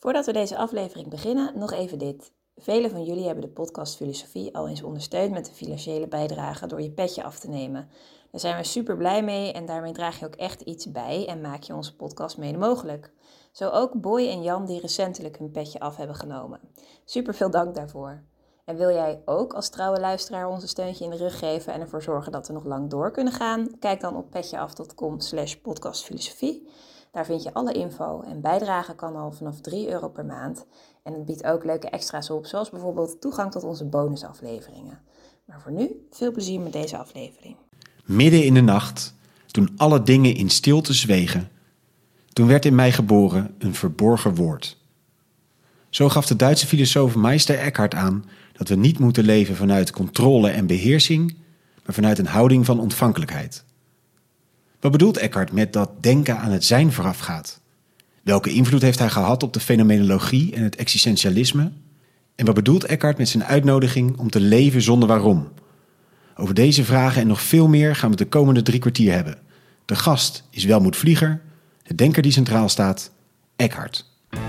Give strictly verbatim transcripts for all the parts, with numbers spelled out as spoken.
Voordat we deze aflevering beginnen, nog even dit. Velen van jullie hebben de podcast Filosofie al eens ondersteund met een financiële bijdrage door je petje af te nemen. Daar zijn we super blij mee en daarmee draag je ook echt iets bij en maak je onze podcast mede mogelijk. Zo ook Boy en Jan die recentelijk hun petje af hebben genomen. Super veel dank daarvoor. En wil jij ook als trouwe luisteraar ons een steuntje in de rug geven en ervoor zorgen dat we nog lang door kunnen gaan? Kijk dan op petjeaf.com slash podcastfilosofie. Daar vind je alle info en bijdragen kan al vanaf drie euro per maand. En het biedt ook leuke extra's op, zoals bijvoorbeeld toegang tot onze bonusafleveringen. Maar voor nu, veel plezier met deze aflevering. Midden in de nacht, toen alle dingen in stilte zwegen, toen werd in mij geboren een verborgen woord. Zo gaf de Duitse filosoof Meister Eckhart aan dat we niet moeten leven vanuit controle en beheersing, maar vanuit een houding van ontvankelijkheid. Wat bedoelt Eckhart met dat denken aan het zijn voorafgaat? Welke invloed heeft hij gehad op de fenomenologie en het existentialisme? En wat bedoelt Eckhart met zijn uitnodiging om te leven zonder waarom? Over deze vragen en nog veel meer gaan we de komende drie kwartier hebben. De gast is Welmoed Vlieger, de denker die centraal staat, Eckhart.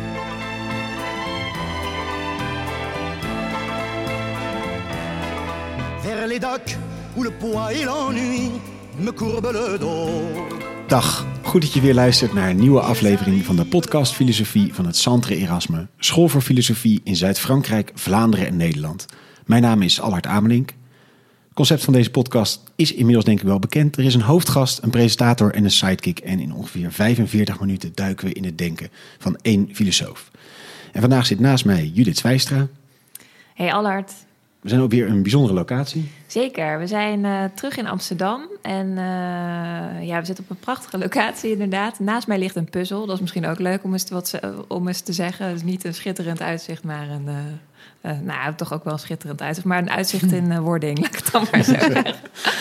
Vers les docks où le poids et l'ennui me courbent le dos. Dag, goed dat je weer luistert naar een nieuwe aflevering van de podcast Filosofie van het Centre Erasme, School voor Filosofie in Zuid-Frankrijk, Vlaanderen en Nederland. Mijn naam is Allard Amelink. Het concept van deze podcast is inmiddels denk ik wel bekend. Er is een hoofdgast, een presentator en een sidekick en in ongeveer vijfenveertig minuten duiken we in het denken van één filosoof. En vandaag zit naast mij Judith Zwijstra. Hey Allard. We zijn ook weer een bijzondere locatie. Zeker, we zijn uh, terug in Amsterdam en uh, ja, we zitten op een prachtige locatie inderdaad. Naast mij ligt een puzzel, dat is misschien ook leuk om eens te, wat, om eens te zeggen. Het is niet een schitterend uitzicht, maar een, uh, uh, nou toch ook wel een schitterend uitzicht, maar een uitzicht in uh, wording, laat ik het dan maar zo zeggen.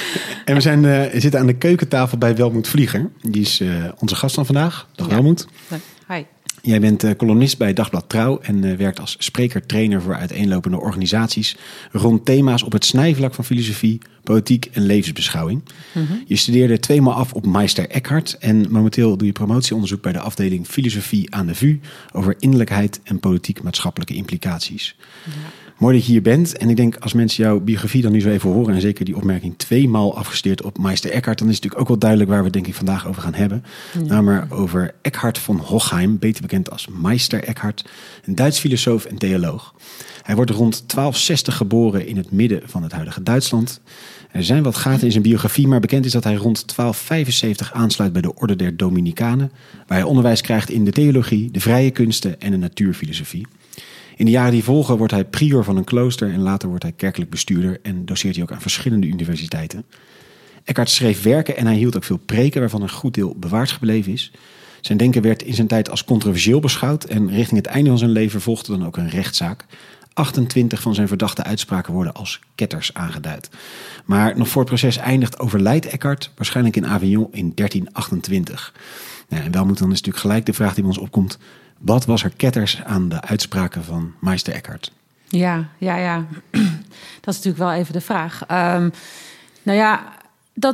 En we zijn, uh, zitten aan de keukentafel bij Welmoed Vlieger. Die is uh, onze gast van vandaag. Dag ja. Welmoed. Hi. Jij bent uh, columnist bij Dagblad Trouw en uh, werkt als spreker-trainer voor uiteenlopende organisaties rond thema's op het snijvlak van filosofie, politiek en levensbeschouwing. Mm-hmm. Je studeerde tweemaal af op Meister Eckhart en momenteel doe je promotieonderzoek bij de afdeling Filosofie aan de V U over innerlijkheid en politiek-maatschappelijke implicaties. Ja. Mooi dat je hier bent. En ik denk, als mensen jouw biografie dan nu zo even horen, en zeker die opmerking tweemaal afgestudeerd op Meister Eckhart, dan is het natuurlijk ook wel duidelijk waar we het denk ik vandaag over gaan hebben. Ja. Namelijk over Eckhart von Hochheim, beter bekend als Meister Eckhart, een Duits filosoof en theoloog. Hij wordt rond twaalf zestig geboren in het midden van het huidige Duitsland. Er zijn wat gaten in zijn biografie, maar bekend is dat hij rond twaalf vijfenzeventig aansluit bij de Orde der Dominicanen, waar hij onderwijs krijgt in de theologie, de vrije kunsten en de natuurfilosofie. In de jaren die volgen wordt hij prior van een klooster en later wordt hij kerkelijk bestuurder en doceert hij ook aan verschillende universiteiten. Eckhart schreef werken en hij hield ook veel preken waarvan een goed deel bewaard gebleven is. Zijn denken werd in zijn tijd als controversieel beschouwd en richting het einde van zijn leven volgde dan ook een rechtszaak. achtentwintig van zijn verdachte uitspraken worden als ketters aangeduid. Maar nog voor het proces eindigt overlijdt Eckhart, waarschijnlijk in Avignon in dertien achtentwintig. Nou, en Welmoed, dan is natuurlijk gelijk de vraag die bij ons opkomt. Wat was er ketters aan de uitspraken van Meister Eckhart? Ja, ja, ja. Dat is natuurlijk wel even de vraag. Um, nou ja, dat,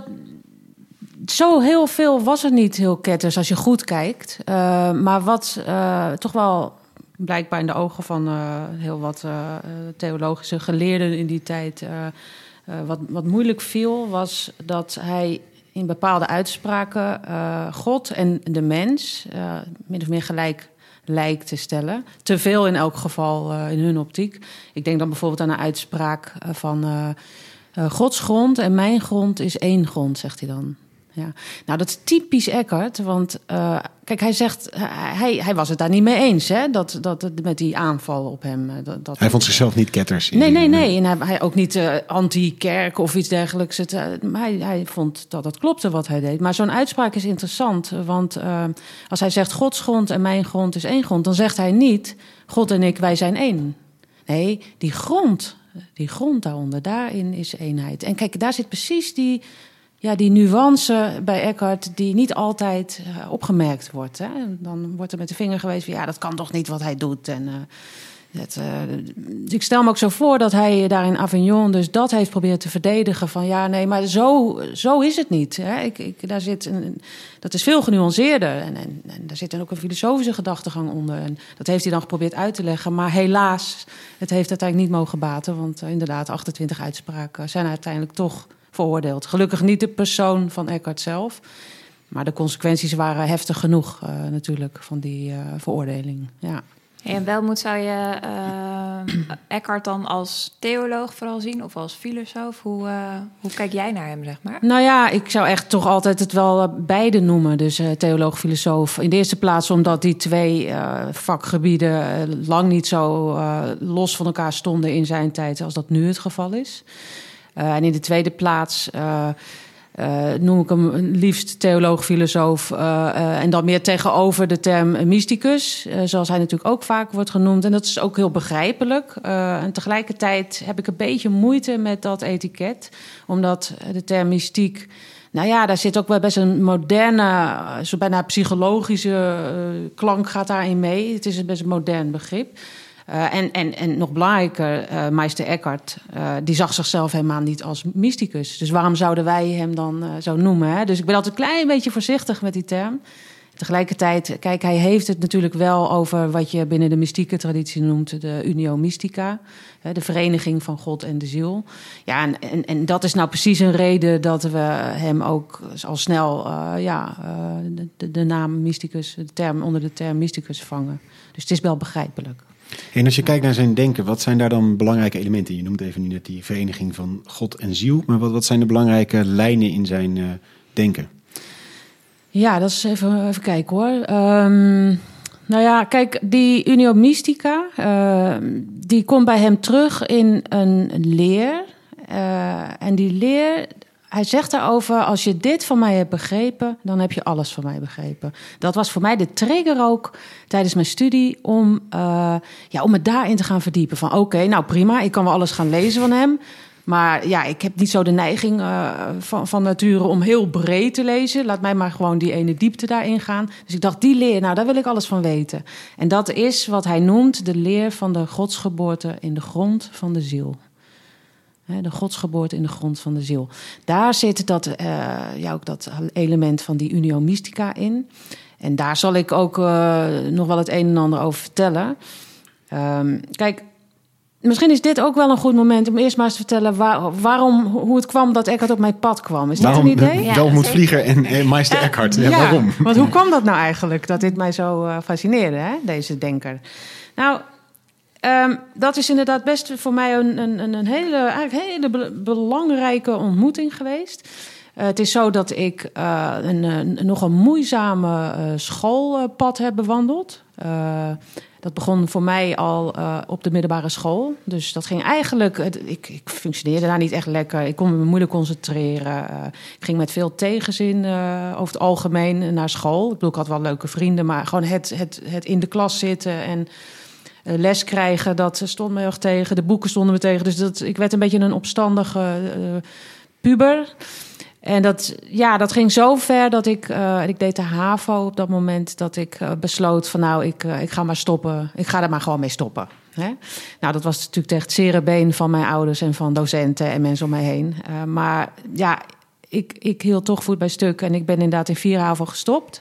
zo heel veel was er niet heel ketters als je goed kijkt. Uh, maar wat uh, toch wel blijkbaar in de ogen van uh, heel wat uh, theologische geleerden in die tijd uh, uh, wat, wat moeilijk viel, was dat hij in bepaalde uitspraken uh, God en de mens uh, min of meer gelijk lijkt te stellen. Te veel in elk geval uh, in hun optiek. Ik denk dan bijvoorbeeld aan een uitspraak uh, van uh, uh, Gods grond en mijn grond is één grond, zegt hij dan. Ja. Nou, dat is typisch Eckhart, want uh, kijk, hij zegt, hij, hij was het daar niet mee eens, hè, dat, dat, met die aanval op hem. Dat, dat hij vond zichzelf niet ketters. Nee, nee, nee. En hij, hij ook niet uh, anti-kerk of iets dergelijks. Het, uh, hij, hij vond dat het klopte wat hij deed. Maar zo'n uitspraak is interessant, want uh, als hij zegt Gods grond en mijn grond is één grond, dan zegt hij niet God en ik, wij zijn één. Nee, die grond, die grond daaronder, daarin is eenheid. En kijk, daar zit precies die Ja, die nuance bij Eckhart die niet altijd uh, opgemerkt wordt. Hè? Dan wordt er met de vinger gewezen van ja, dat kan toch niet wat hij doet. En uh, Het, uh, ik stel me ook zo voor dat hij daar in Avignon dus dat heeft proberen te verdedigen. Van ja, nee, maar zo, zo is het niet. Hè? Ik, ik, daar zit een, dat is veel genuanceerder. En, en, en daar zit dan ook een filosofische gedachtegang onder. En dat heeft hij dan geprobeerd uit te leggen. Maar helaas, het heeft uiteindelijk niet mogen baten. Want uh, inderdaad, achtentwintig uitspraken zijn uiteindelijk toch veroordeeld. Gelukkig niet de persoon van Eckhart zelf. Maar de consequenties waren heftig genoeg uh, natuurlijk van die uh, veroordeling. Ja. En Welmoed, zou je uh, Eckhart dan als theoloog vooral zien of als filosoof? Hoe, uh, hoe kijk jij naar hem, zeg maar? Nou ja, ik zou echt toch altijd het wel beide noemen. Dus uh, theoloog, filosoof. In de eerste plaats omdat die twee uh, vakgebieden uh, lang niet zo uh, los van elkaar stonden in zijn tijd als dat nu het geval is. Uh, en in de tweede plaats Uh, Uh, noem ik hem liefst theoloog, filosoof. Uh, uh, en dan meer tegenover de term mysticus. Uh, zoals hij natuurlijk ook vaak wordt genoemd. En dat is ook heel begrijpelijk. Uh, en tegelijkertijd heb ik een beetje moeite met dat etiket. Omdat de term mystiek... Nou ja, daar zit ook wel best een moderne, zo bijna psychologische uh, klank gaat daarin mee. Het is een best een modern begrip. Uh, en, en, en nog belangrijker, uh, meester Eckhart, uh, die zag zichzelf helemaal niet als mysticus. Dus waarom zouden wij hem dan uh, zo noemen? Hè? Dus ik ben altijd een klein beetje voorzichtig met die term. Tegelijkertijd, kijk, hij heeft het natuurlijk wel over wat je binnen de mystieke traditie noemt de unio mystica. Hè, de vereniging van God en de ziel. Ja, en, en, en dat is nou precies een reden dat we hem ook al snel uh, ja, uh, de, de naam mysticus, de term onder de term mysticus vangen. Dus het is wel begrijpelijk. En als je kijkt naar zijn denken, wat zijn daar dan belangrijke elementen? Je noemt even nu net die vereniging van God en ziel. Maar wat, wat zijn de belangrijke lijnen in zijn uh, denken? Ja, dat is even, even kijken hoor. Um, nou ja, kijk, die unio mystica, uh, die komt bij hem terug in een leer. Uh, en die leer, hij zegt daarover, als je dit van mij hebt begrepen, dan heb je alles van mij begrepen. Dat was voor mij de trigger ook tijdens mijn studie om, uh, ja, om me daarin te gaan verdiepen. Van oké, okay, nou prima, ik kan wel alles gaan lezen van hem. Maar ja, ik heb niet zo de neiging uh, van, van nature om heel breed te lezen. Laat mij maar gewoon die ene diepte daarin gaan. Dus ik dacht, die leer, nou, daar wil ik alles van weten. En dat is wat hij noemt de leer van de godsgeboorte in de grond van de ziel. De godsgeboorte in de grond van de ziel. Daar zit dat, uh, ja, ook dat element van die unio mystica in. En daar zal ik ook uh, nog wel het een en ander over vertellen. Um, kijk, misschien is dit ook wel een goed moment om eerst maar eens te vertellen waar, waarom, hoe het kwam dat Eckhart op mijn pad kwam. Is waarom, dat een idee? Ja, Welmoed Vlieger en eh, meester Eckhart. Ja, ja, waarom? Want hoe kwam dat nou eigenlijk, dat dit mij zo uh, fascineerde, hè, deze denker? Nou, um, dat is inderdaad best voor mij een, een, een hele, eigenlijk hele be- belangrijke ontmoeting geweest. Uh, het is zo dat ik uh, een, een nogal moeizame uh, schoolpad heb bewandeld. Uh, Dat begon voor mij al uh, op de middelbare school. Dus dat ging eigenlijk... Ik, ik functioneerde daar niet echt lekker. Ik kon me moeilijk concentreren. Uh, ik ging met veel tegenzin uh, over het algemeen naar school. Ik bedoel, ik had wel leuke vrienden... maar gewoon het, het, het in de klas zitten en uh, les krijgen... dat stond me erg tegen. De boeken stonden me tegen. Dus dat, ik werd een beetje een opstandige uh, puber... En dat, ja, dat ging zo ver dat ik... Uh, ik deed de HAVO op dat moment dat ik uh, besloot van... nou, ik, uh, ik ga maar stoppen. Ik ga er maar gewoon mee stoppen. Hè? Nou, dat was natuurlijk tegen het zere been van mijn ouders... en van docenten en mensen om mij heen. Uh, maar ja, ik, ik hield toch voet bij stuk... en ik ben inderdaad in vier HAVO gestopt.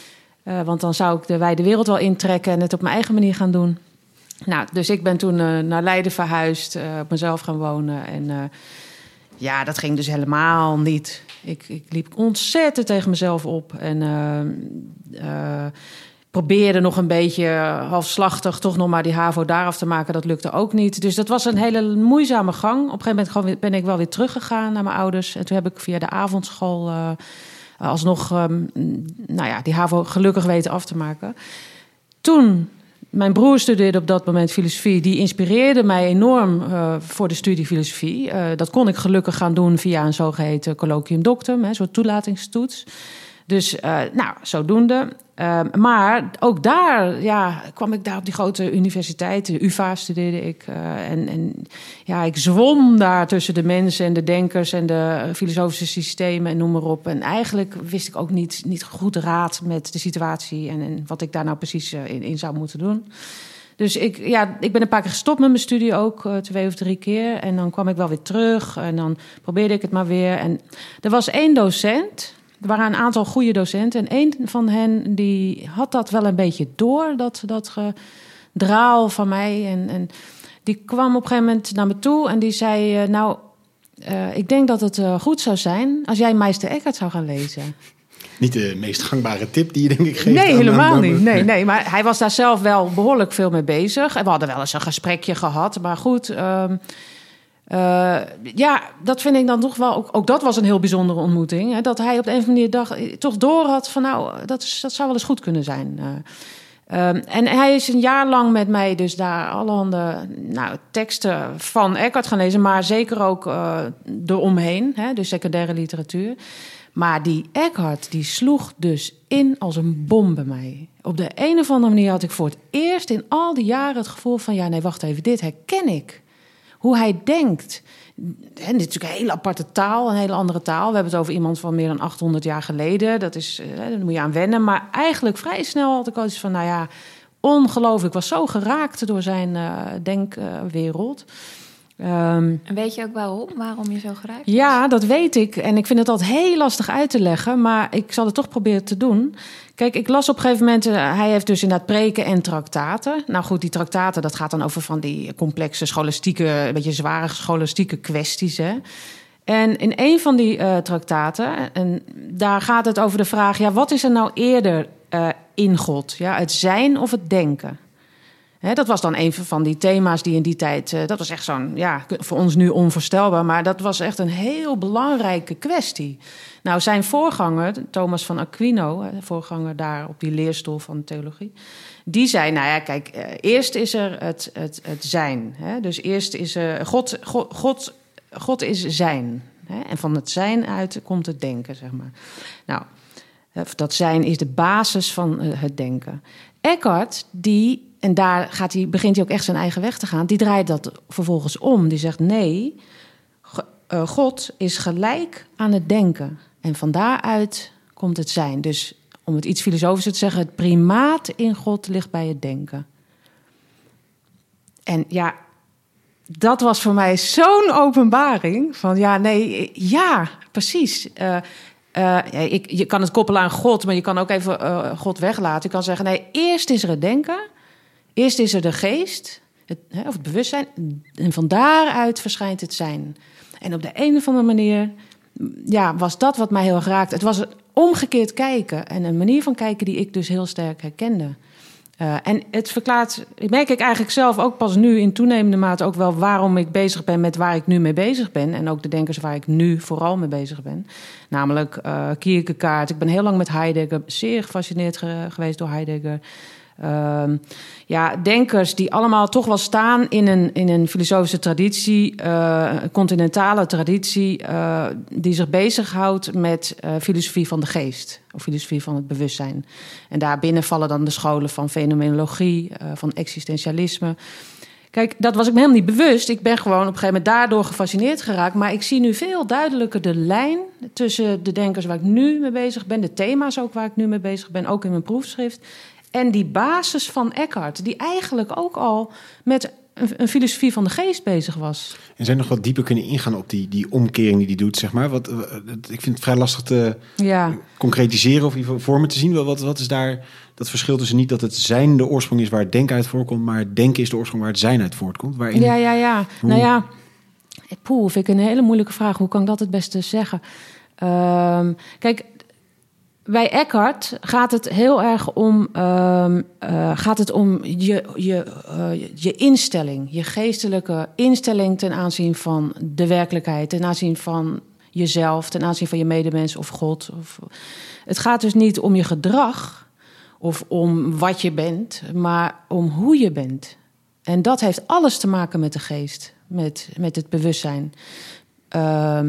Uh, want dan zou ik de wijde wereld wel intrekken... en het op mijn eigen manier gaan doen. Nou, dus ik ben toen uh, naar Leiden verhuisd... Uh, op mezelf gaan wonen en... Uh, Ja, dat ging dus helemaal niet. Ik, ik liep ontzettend tegen mezelf op. En uh, uh, probeerde nog een beetje halfslachtig... toch nog maar die HAVO daar af te maken. Dat lukte ook niet. Dus dat was een hele moeizame gang. Op een gegeven moment gewoon ben ik wel weer teruggegaan naar mijn ouders. En toen heb ik via de avondschool... Uh, alsnog um, nou ja, die HAVO gelukkig weten af te maken. Toen... Mijn broer studeerde op dat moment filosofie. Die inspireerde mij enorm uh, voor de studie filosofie. Uh, dat kon ik gelukkig gaan doen via een zogeheten colloquium doctum, een soort toelatingstoets. Dus, uh, nou, zodoende. Uh, maar ook daar ja, kwam ik daar op die grote universiteit. De U vA studeerde ik. Uh, en, en ja, ik zwom daar tussen de mensen en de denkers... en de filosofische systemen en noem maar op. En eigenlijk wist ik ook niet, niet goed raad met de situatie... en, en wat ik daar nou precies uh, in, in zou moeten doen. Dus ik, ja, ik ben een paar keer gestopt met mijn studie ook, uh, twee of drie keer. En dan kwam ik wel weer terug en dan probeerde ik het maar weer. En er was één docent, er waren een aantal goede docenten. En één van hen die had dat wel een beetje door, dat, dat gedraal van mij. En, en die kwam op een gegeven moment naar me toe en die zei... Uh, nou, uh, ik denk dat het uh, goed zou zijn als jij Meister Eckhart zou gaan lezen. Niet de meest gangbare tip die je denk ik geeft. Nee, aan, helemaal aan, niet. Nee, nee, maar hij was daar zelf wel behoorlijk veel mee bezig. En we hadden wel eens een gesprekje gehad. Maar goed, um, uh, ja, dat vind ik dan toch wel... Ook, ook dat was een heel bijzondere ontmoeting. Hè, dat hij op de een of andere manier dacht, toch door had van... nou, dat, is, dat zou wel eens goed kunnen zijn. Uh, um, en hij is een jaar lang met mij dus daar allerhande nou, teksten van Eckhart gaan lezen... maar zeker ook uh, eromheen, hè, dus secundaire literatuur... Maar die Eckhart, die sloeg dus in als een bom bij mij. Op de een of andere manier had ik voor het eerst in al die jaren het gevoel van... ja, nee, wacht even, dit herken ik. Hoe hij denkt. En dit is natuurlijk een hele aparte taal, een hele andere taal. We hebben het over iemand van meer dan achthonderd jaar geleden. Dat is, daar moet je aan wennen. Maar eigenlijk vrij snel had ik al iets van, nou ja, ongelooflijk. Ik was zo geraakt door zijn uh, denkwereld... Uh, Um, en weet je ook waarom? Waarom je zo geraakt was? Ja, dat weet ik. En ik vind het altijd heel lastig uit te leggen. Maar ik zal het toch proberen te doen. Kijk, ik las op een gegeven moment... Uh, hij heeft dus inderdaad preken en traktaten. Nou goed, die traktaten, dat gaat dan over van die complexe scholastieke... een beetje zware scholastieke kwesties, hè. En in een van die uh, traktaten... en daar gaat het over de vraag... ja, wat is er nou eerder uh, in God? Ja, het zijn of het denken? He, dat was dan een van die thema's die in die tijd... Uh, dat was echt zo'n, ja, voor ons nu onvoorstelbaar... maar dat was echt een heel belangrijke kwestie. Nou, zijn voorganger, Thomas van Aquino... voorganger daar op die leerstoel van theologie... die zei, nou ja, kijk, uh, eerst is er het, het, het zijn. Hè? Dus eerst is er... God, God, God, God is zijn. Hè? En van het zijn uit komt het denken, zeg maar. Nou, dat zijn is de basis van uh, het denken. Eckhart, die... En daar gaat hij, begint hij ook echt zijn eigen weg te gaan. Die draait dat vervolgens om. Die zegt nee, God is gelijk aan het denken. En van daaruit komt het zijn. Dus om het iets filosofischer te zeggen... het primaat in God ligt bij het denken. En ja, dat was voor mij zo'n openbaring. Van ja, nee, ja, precies. Uh, uh, ik, je kan het koppelen aan God... maar je kan ook even uh, God weglaten. Je kan zeggen, nee, eerst is er het denken... Eerst is er de geest, het, hè, of het bewustzijn, en van daaruit verschijnt het zijn. En op de een of andere manier ja, was dat wat mij heel erg raakte. Het was een omgekeerd kijken en een manier van kijken die ik dus heel sterk herkende. Uh, en het verklaart, merk ik eigenlijk zelf ook pas nu in toenemende mate ook wel waarom ik bezig ben met waar ik nu mee bezig ben. En ook de denkers waar ik nu vooral mee bezig ben. Namelijk uh, Kierkegaard. Ik ben heel lang met Heidegger, zeer gefascineerd ge- geweest door Heidegger. Uh, ja, denkers die allemaal toch wel staan in een, in een filosofische traditie, uh, een continentale traditie, uh, die zich bezighoudt met uh, filosofie van de geest, of filosofie van het bewustzijn. En daarbinnen vallen dan de scholen van fenomenologie, uh, van existentialisme. Kijk, dat was ik me helemaal niet bewust. Ik ben gewoon op een gegeven moment daardoor gefascineerd geraakt. Maar ik zie nu veel duidelijker de lijn tussen de denkers waar ik nu mee bezig ben, de thema's ook waar ik nu mee bezig ben, ook in mijn proefschrift. En die basis van Eckhart, die eigenlijk ook al met een, een filosofie van de geest bezig was. En zijn nog wat dieper kunnen ingaan op die, die omkering die die doet, zeg maar? Wat, ik vind het vrij lastig te ja. concretiseren of in vormen te zien. Wat, wat is daar dat verschil tussen niet dat het zijn de oorsprong is waar het denken uit voortkomt, maar het denken is de oorsprong waar het zijn uit voortkomt? Waarin, ja, ja, ja. Hoe... Nou ja, poeh, vind ik een hele moeilijke vraag. Hoe kan ik dat het beste zeggen? Um, kijk... Bij Eckhart gaat het heel erg om, uh, uh, gaat het om je, je, uh, je instelling. Je geestelijke instelling ten aanzien van de werkelijkheid. Ten aanzien van jezelf, ten aanzien van je medemens of God. Of... Het gaat dus niet om je gedrag of om wat je bent, maar om hoe je bent. En dat heeft alles te maken met de geest, met, met het bewustzijn. Uh,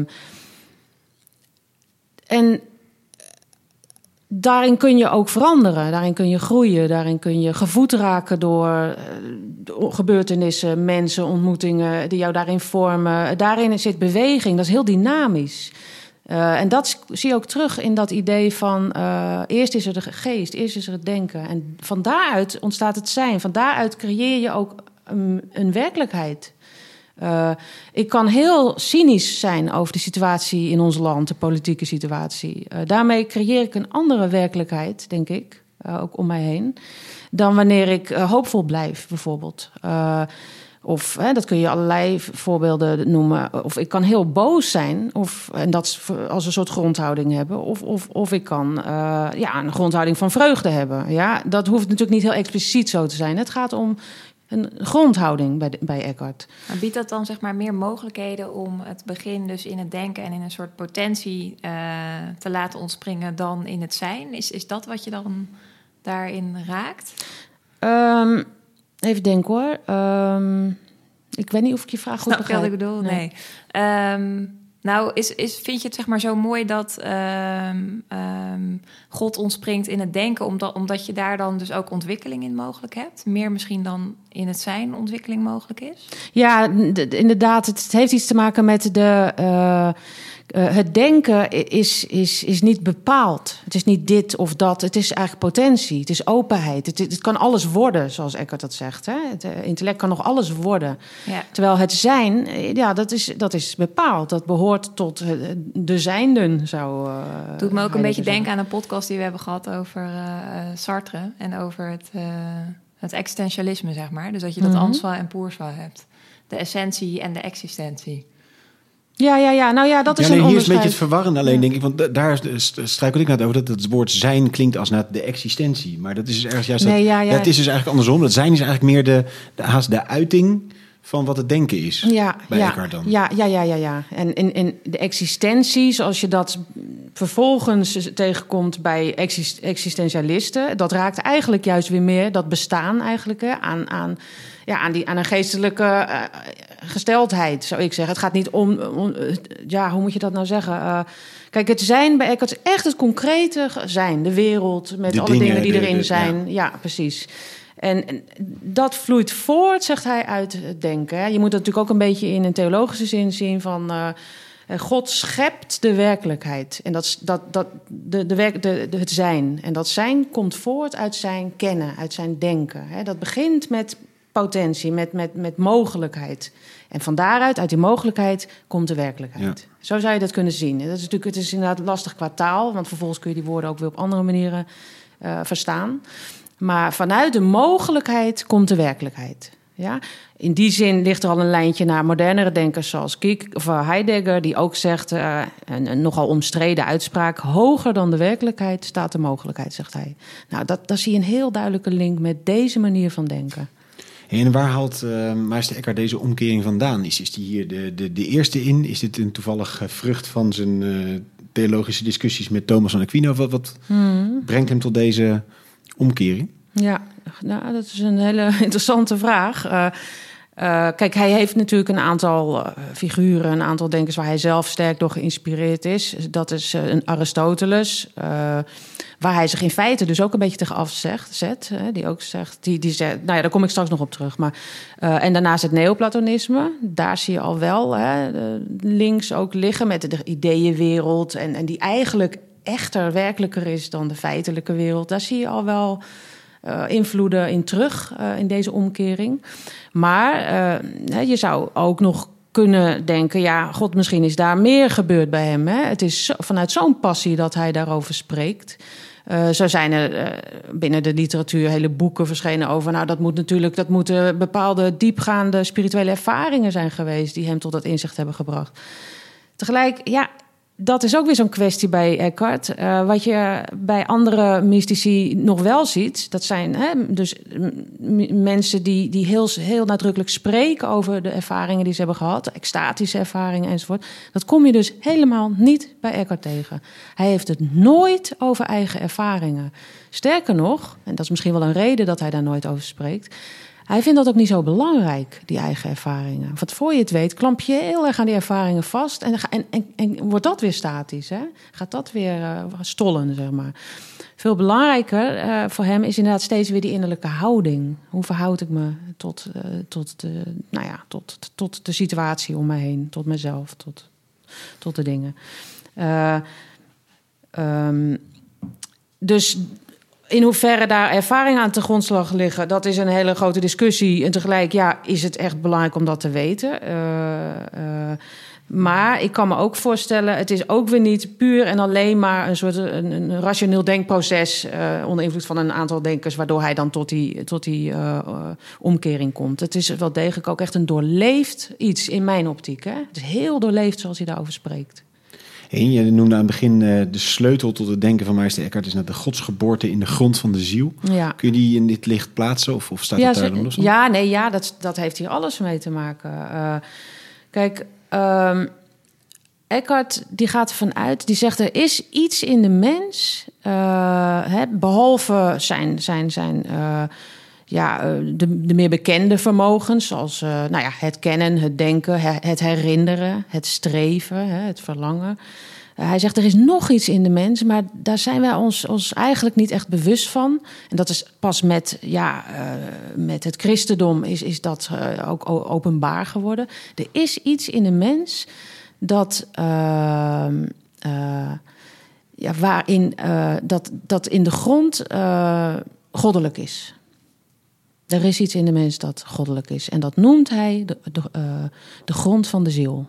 en... Daarin kun je ook veranderen, daarin kun je groeien, daarin kun je gevoed raken door gebeurtenissen, mensen, ontmoetingen die jou daarin vormen. Daarin zit beweging, dat is heel dynamisch. Uh, en dat zie je ook terug in dat idee van... Uh, eerst is er de geest, eerst is er het denken. En van daaruit ontstaat het zijn. Van daaruit creëer je ook een, een werkelijkheid. Uh, ik kan heel cynisch zijn over de situatie in ons land, de politieke situatie. Uh, daarmee creëer ik een andere werkelijkheid, denk ik, uh, ook om mij heen, dan wanneer ik uh, hoopvol blijf, bijvoorbeeld. Uh, of, hè, dat kun je allerlei voorbeelden noemen. Of ik kan heel boos zijn, of, en dat als een soort grondhouding hebben. Of, of, of ik kan uh, ja, een grondhouding van vreugde hebben. Ja, dat hoeft natuurlijk niet heel expliciet zo te zijn. Het gaat om een grondhouding bij, de, bij Eckhart. Maar biedt dat dan zeg maar meer mogelijkheden om het begin dus in het denken en in een soort potentie uh, te laten ontspringen dan in het zijn? Is, is dat wat je dan daarin raakt? Um, even denken hoor. Um, ik weet niet of ik je vraag goed Snap begrijp. Wat ik bedoel? Nee. nee. Um, nou, is, is, vind je het zeg maar zo mooi dat um, um, God ontspringt in het denken, omdat, omdat je daar dan dus ook ontwikkeling in mogelijk hebt? Meer misschien dan in het zijn ontwikkeling mogelijk is? Ja, d- inderdaad. Het heeft iets te maken met de... Uh, Uh, het denken is, is, is niet bepaald. Het is niet dit of dat. Het is eigenlijk potentie. Het is openheid. Het, het kan alles worden, zoals Eckhart dat zegt. Hè? Het uh, intellect kan nog alles worden. Ja. Terwijl het zijn, ja, dat is, dat is bepaald. Dat behoort tot uh, de zijnden, zou uh, doet me ook een beetje zeggen. denken aan een podcast die we hebben gehad over uh, Sartre en over het, uh, het existentialisme, zeg maar. Dus dat je dat Mm-hmm. Answa en Boerswa hebt. De essentie en de existentie. Ja, ja, ja. Nou ja, dat is ja, nee, een hier is een onderscheid. beetje het verwarrend alleen, Ja. denk ik. Want daar struikel ik net over dat het woord zijn klinkt als naar de existentie. Maar dat is dus ergens juist... Nee, dat, ja, ja. ja, het is dus eigenlijk andersom. Dat zijn is eigenlijk meer de, de, haast de uiting van wat het denken is. Ja, bij ja, Eckhart dan. Ja, ja, ja, ja, ja. En in, in de existentie, zoals je dat vervolgens tegenkomt bij exist- existentialisten, dat raakt eigenlijk juist weer meer dat bestaan eigenlijk hè, aan, aan, ja, aan, die, aan een geestelijke uh, gesteldheid, zou ik zeggen. Het gaat niet om, om ja, hoe moet je dat nou zeggen? Uh, Kijk, het zijn bij Eckhart is echt het concrete zijn, de wereld met De alle dingen, dingen, die de- erin de- zijn. ja. Ja, precies. En en dat vloeit voort, zegt hij, uit het denken. Hè. Je moet dat natuurlijk ook een beetje in een theologische zin zien van uh, God schept de werkelijkheid. En dat, dat, dat, de, de werk, de, de, het zijn. En dat zijn komt voort uit zijn kennen, uit zijn denken. Hè. Dat begint met potentie, met, met, met mogelijkheid. En van daaruit, uit die mogelijkheid, komt de werkelijkheid. Ja. Zo zou je dat kunnen zien. Dat is natuurlijk, het is inderdaad lastig qua taal, want vervolgens kun je die woorden ook weer op andere manieren uh, verstaan. Maar vanuit de mogelijkheid komt de werkelijkheid. Ja? In die zin ligt er al een lijntje naar modernere denkers zoals Kierk, of Heidegger, die ook zegt, uh, een, een nogal omstreden uitspraak, hoger dan de werkelijkheid staat de mogelijkheid, zegt hij. Nou, dat, daar zie je een heel duidelijke link met deze manier van denken. En waar haalt uh, meester Eckhart deze omkering vandaan? Is, is die hier de, de, de eerste in? Is dit een toevallig vrucht van zijn uh, theologische discussies met Thomas van Aquino? Wat, wat hmm. brengt hem tot deze omkering? Ja, nou, dat is een hele interessante vraag. Uh, uh, kijk, hij heeft natuurlijk een aantal uh, figuren, een aantal denkers waar hij zelf sterk door geïnspireerd is. Dat is uh, een Aristoteles, uh, waar hij zich in feite dus ook een beetje tegen afzet. Zet, hè, die ook zegt, die, die zegt, nou ja, daar kom ik straks nog op terug. Maar, uh, en daarnaast het neoplatonisme, daar zie je al wel hè, links ook liggen met de ideeënwereld en, en die eigenlijk echter werkelijker is dan de feitelijke wereld. Daar zie je al wel Uh, invloeden in terug uh, in deze omkering. Maar uh, je zou ook nog kunnen denken, ja, god, misschien is daar meer gebeurd bij hem. Hè? Het is zo, vanuit zo'n passie dat hij daarover spreekt. Uh, zo zijn er uh, binnen de literatuur hele boeken verschenen over. Nou, dat moet natuurlijk, dat moeten bepaalde diepgaande spirituele ervaringen zijn geweest die hem tot dat inzicht hebben gebracht. Tegelijk, ja, dat is ook weer zo'n kwestie bij Eckhart. Uh, wat je bij andere mystici nog wel ziet, dat zijn hè, dus m- mensen die, die heel, heel nadrukkelijk spreken over de ervaringen die ze hebben gehad, extatische ervaringen enzovoort. Dat kom je dus helemaal niet bij Eckhart tegen. Hij heeft het nooit over eigen ervaringen. Sterker nog, en dat is misschien wel een reden dat hij daar nooit over spreekt, hij vindt dat ook niet zo belangrijk, die eigen ervaringen. Want voor je het weet, klamp je heel erg aan die ervaringen vast en, en, en, en wordt dat weer statisch. Hè? Gaat dat weer uh, stollen, zeg maar. Veel belangrijker uh, voor hem is inderdaad steeds weer die innerlijke houding. Hoe verhoud ik me tot, uh, tot, de, nou ja, tot, tot de situatie om me heen, tot mezelf, tot, tot de dingen. Uh, um, dus in hoeverre daar ervaring aan ten grondslag liggen, dat is een hele grote discussie. En tegelijk, ja, is het echt belangrijk om dat te weten? Uh, uh, maar ik kan me ook voorstellen, het is ook weer niet puur en alleen maar een soort een, een rationeel denkproces uh, onder invloed van een aantal denkers, waardoor hij dan tot die, tot die uh, uh, omkering komt. Het is wel degelijk ook echt een doorleefd iets in mijn optiek. Hè? Het is heel doorleefd zoals hij daarover spreekt. En je noemde aan het begin uh, de sleutel tot het denken van meester Eckhart is naar de godsgeboorte in de grond van de ziel. Ja. Kun je die in dit licht plaatsen of, of staat ja, het daar los van? Ja, nee, ja, dat, dat heeft hier alles mee te maken. Uh, kijk, um, Eckhart die gaat ervan uit, die zegt er is iets in de mens, uh, hè, behalve zijn, zijn, zijn uh, ja, de, de meer bekende vermogens, zoals uh, nou ja, het kennen, het denken, het herinneren, het streven, hè, het verlangen. Uh, hij zegt er is nog iets in de mens, maar daar zijn wij ons, ons eigenlijk niet echt bewust van. En dat is pas met, ja, uh, met het christendom is, is dat uh, ook openbaar geworden. Er is iets in de mens dat, uh, uh, ja, waarin uh, dat, dat in de grond uh, goddelijk is. Er is iets in de mens dat goddelijk is. En dat noemt hij de, de, uh, de grond van de ziel.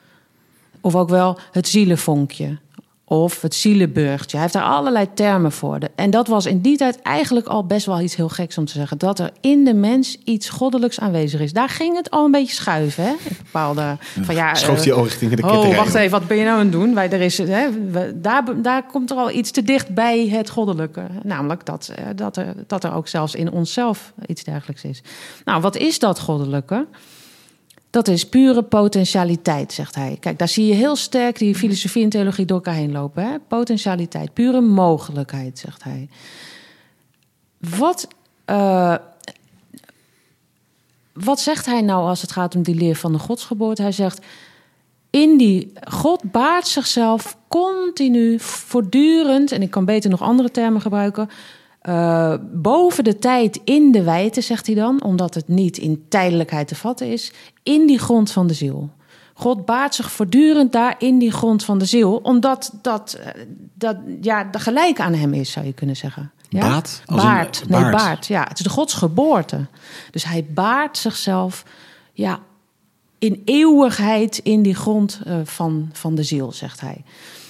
Of ook wel het zielenvonkje. Of het zielenburgtje. Hij heeft daar allerlei termen voor. En dat was in die tijd eigenlijk al best wel iets heel geks om te zeggen. Dat er in de mens iets goddelijks aanwezig is. Daar ging het al een beetje schuiven. Hè? In bepaalde, van, ja, schoof die oog richting de ketterij. Oh, wacht even, wat ben je nou aan het doen? Wij, er is, hè, we, daar, daar komt er al iets te dicht bij het goddelijke. Namelijk dat, dat, er, dat er ook zelfs in onszelf iets dergelijks is. Nou, wat is dat goddelijke? Dat is pure potentialiteit, zegt hij. Kijk, daar zie je heel sterk die filosofie en theologie door elkaar heen lopen. Hè? Potentialiteit, pure mogelijkheid, zegt hij. Wat, uh, wat zegt hij nou als het gaat om die leer van de godsgeboorte? Hij zegt, in die God baart zichzelf continu, voortdurend, en ik kan beter nog andere termen gebruiken, Uh, boven de tijd in de wijdte, zegt hij dan, omdat het niet in tijdelijkheid te vatten is, in die grond van de ziel. God baart zich voortdurend daar in die grond van de ziel, omdat dat, dat ja, de gelijk aan hem is, zou je kunnen zeggen. Ja? Baat? Als baart. Een, baard. Nee, baart. Ja, het is de godsgeboorte. Dus hij baart zichzelf ja, in eeuwigheid in die grond uh, van, van de ziel, zegt hij.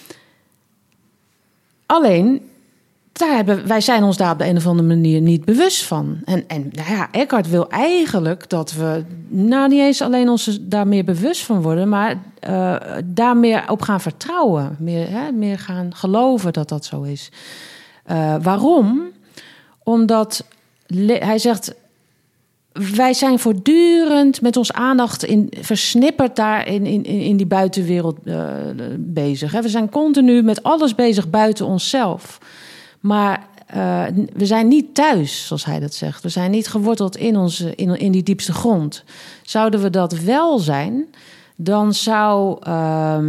Alleen, daar hebben, wij zijn ons daar op de een of andere manier niet bewust van. En, en nou ja, Eckhart wil eigenlijk dat we nou niet eens alleen ons daar meer bewust van worden, maar uh, daar meer op gaan vertrouwen. Meer, hè, meer gaan geloven dat dat zo is. Uh, waarom? Omdat hij zegt, wij zijn voortdurend met onze aandacht in, versnipperd daar in, in, in die buitenwereld uh, bezig. Hè. We zijn continu met alles bezig buiten onszelf. Maar uh, we zijn niet thuis, zoals hij dat zegt. We zijn niet geworteld in, onze, in, in die diepste grond. Zouden we dat wel zijn, dan zou... Uh,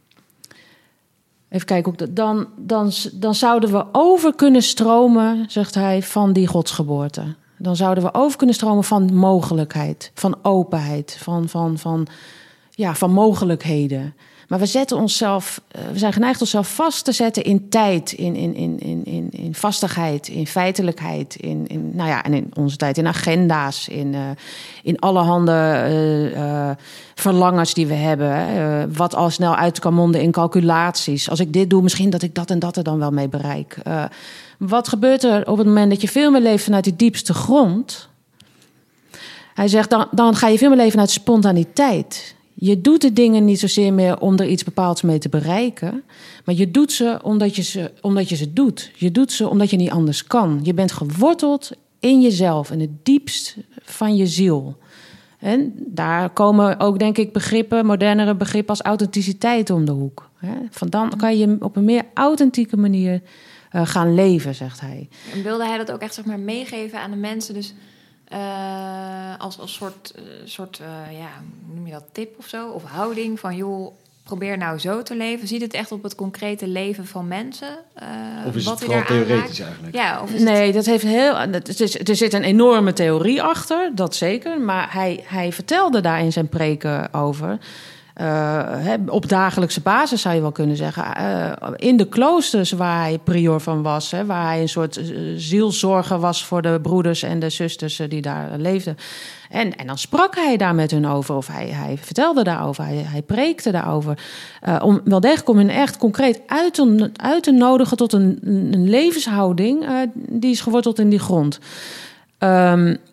even kijken, dan, dan, dan zouden we over kunnen stromen, zegt hij, van die godsgeboorte. Dan zouden we over kunnen stromen van mogelijkheid, van openheid, van, van, van, ja, van mogelijkheden. Maar we zetten onszelf, we zijn geneigd onszelf vast te zetten in tijd, in, in, in, in, in vastigheid, in feitelijkheid, in, in, nou ja, en in onze tijd in agenda's, in, uh, in allerhande uh, uh, verlangens die we hebben. Uh, wat al snel uit kan monden in calculaties. Als ik dit doe, misschien dat ik dat en dat er dan wel mee bereik. Uh, wat gebeurt er op het moment dat je veel meer leeft vanuit die diepste grond? Hij zegt, dan, dan ga je veel meer leven vanuit spontaniteit. Je doet de dingen niet zozeer meer om er iets bepaalds mee te bereiken, maar je doet ze omdat je ze, omdat je ze doet. Je doet ze omdat je niet anders kan. Je bent geworteld in jezelf, in het diepst van je ziel. En daar komen ook, denk ik, begrippen, modernere begrippen als authenticiteit om de hoek. Van dan kan je op een meer authentieke manier uh, gaan leven, zegt hij. En wilde hij dat ook echt, zeg maar, meegeven aan de mensen? Dus Uh, als, als soort, uh, soort uh, ja, hoe noem je dat, tip of zo? Of houding van, joh, probeer nou zo te leven. Ziet het echt op het concrete leven van mensen? Uh, of is wat het vooral theoretisch eigenlijk? Ja, of is nee, het... dat heeft heel, het is, er zit een enorme theorie achter, dat zeker. Maar hij, hij vertelde daar in zijn preken over. uh, op dagelijkse basis zou je wel kunnen zeggen. Uh, in de kloosters waar hij prior van was, hè, waar hij een soort uh, zielzorger was voor de broeders en de zusters uh, die daar uh, leefden. En, en dan sprak hij daar met hun over, of hij, hij vertelde daarover, hij, hij preekte daarover. Uh, om wel degelijk om hen echt concreet uit te, uit te nodigen tot een, een levenshouding uh, die is geworteld in die grond. Um, uh,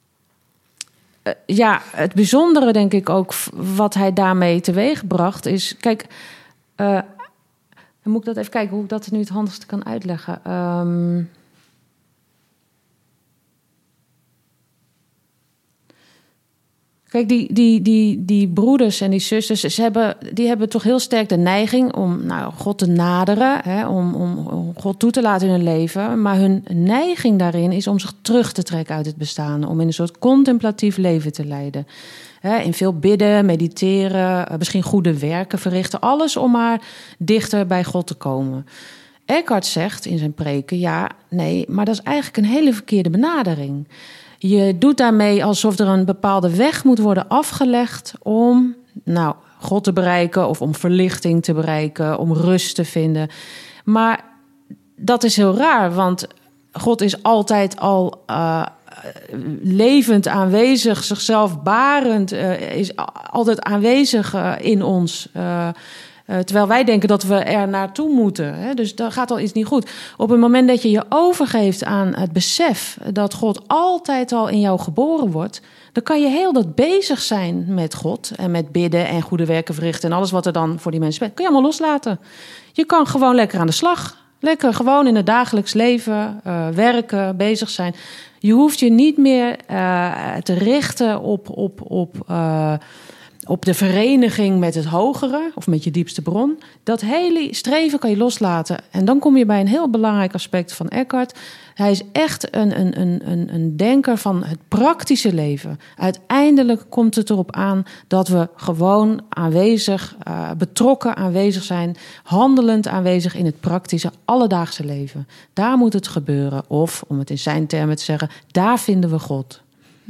ja, het bijzondere denk ik ook wat hij daarmee teweegbracht is... Kijk, uh, dan moet ik dat even kijken hoe ik dat nu het handigste kan uitleggen. Um, Kijk, die, die, die, die broeders en die zusters, ze hebben, die hebben toch heel sterk de neiging om nou, God te naderen, hè, om, om, om God toe te laten in hun leven. Maar hun neiging daarin is om zich terug te trekken uit het bestaan, om in een soort contemplatief leven te leiden. Hè, in veel bidden, mediteren, misschien goede werken verrichten, alles om maar dichter bij God te komen. Eckhart zegt in zijn preken, ja, nee, maar dat is eigenlijk een hele verkeerde benadering. Je doet daarmee alsof er een bepaalde weg moet worden afgelegd om nou, God te bereiken of om verlichting te bereiken, om rust te vinden. Maar dat is heel raar, want God is altijd al uh, levend aanwezig, zichzelf barend, uh, is altijd aanwezig uh, in ons. Uh, Uh, terwijl wij denken dat we er naartoe moeten. Hè? Dus daar gaat al iets niet goed. Op het moment dat je je overgeeft aan het besef dat God altijd al in jou geboren wordt, dan kan je heel dat bezig zijn met God en met bidden en goede werken verrichten en alles wat er dan voor die mensen bent, kun je allemaal loslaten. Je kan gewoon lekker aan de slag. Lekker gewoon in het dagelijks leven uh, werken, bezig zijn. Je hoeft je niet meer uh, te richten op... op, op uh, op de vereniging met het hogere of met je diepste bron. Dat hele streven kan je loslaten. En dan kom je bij een heel belangrijk aspect van Eckhart. Hij is echt een, een, een, een denker van het praktische leven. Uiteindelijk komt het erop aan dat we gewoon aanwezig, uh, betrokken aanwezig zijn, handelend aanwezig in het praktische alledaagse leven. Daar moet het gebeuren. Of, om het in zijn termen te zeggen, daar vinden we God. Hm?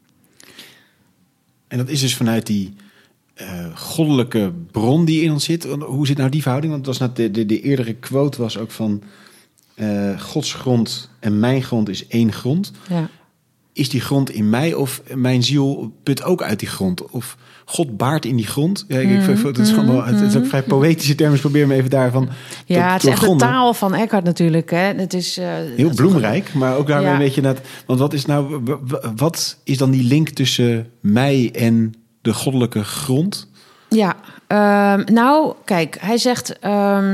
En dat is dus vanuit die uh, goddelijke bron die in ons zit. Hoe zit nou die verhouding? Want het was net de, de, de eerdere quote was ook van uh, Gods grond en mijn grond is één grond. Ja. Is die grond in mij of mijn ziel put ook uit die grond? Of God baart in die grond? Ja, ik, mm, het, is mm, het is ook vrij poëtische termen. Dus probeer me even daarvan te Ja, het is echt de taal van Eckhart natuurlijk. Hè. Het is uh, heel bloemrijk, maar ook daar ja. een beetje net. Want wat is nou, wat is dan die link tussen mij en de goddelijke grond? Ja, um, nou, kijk, hij zegt um,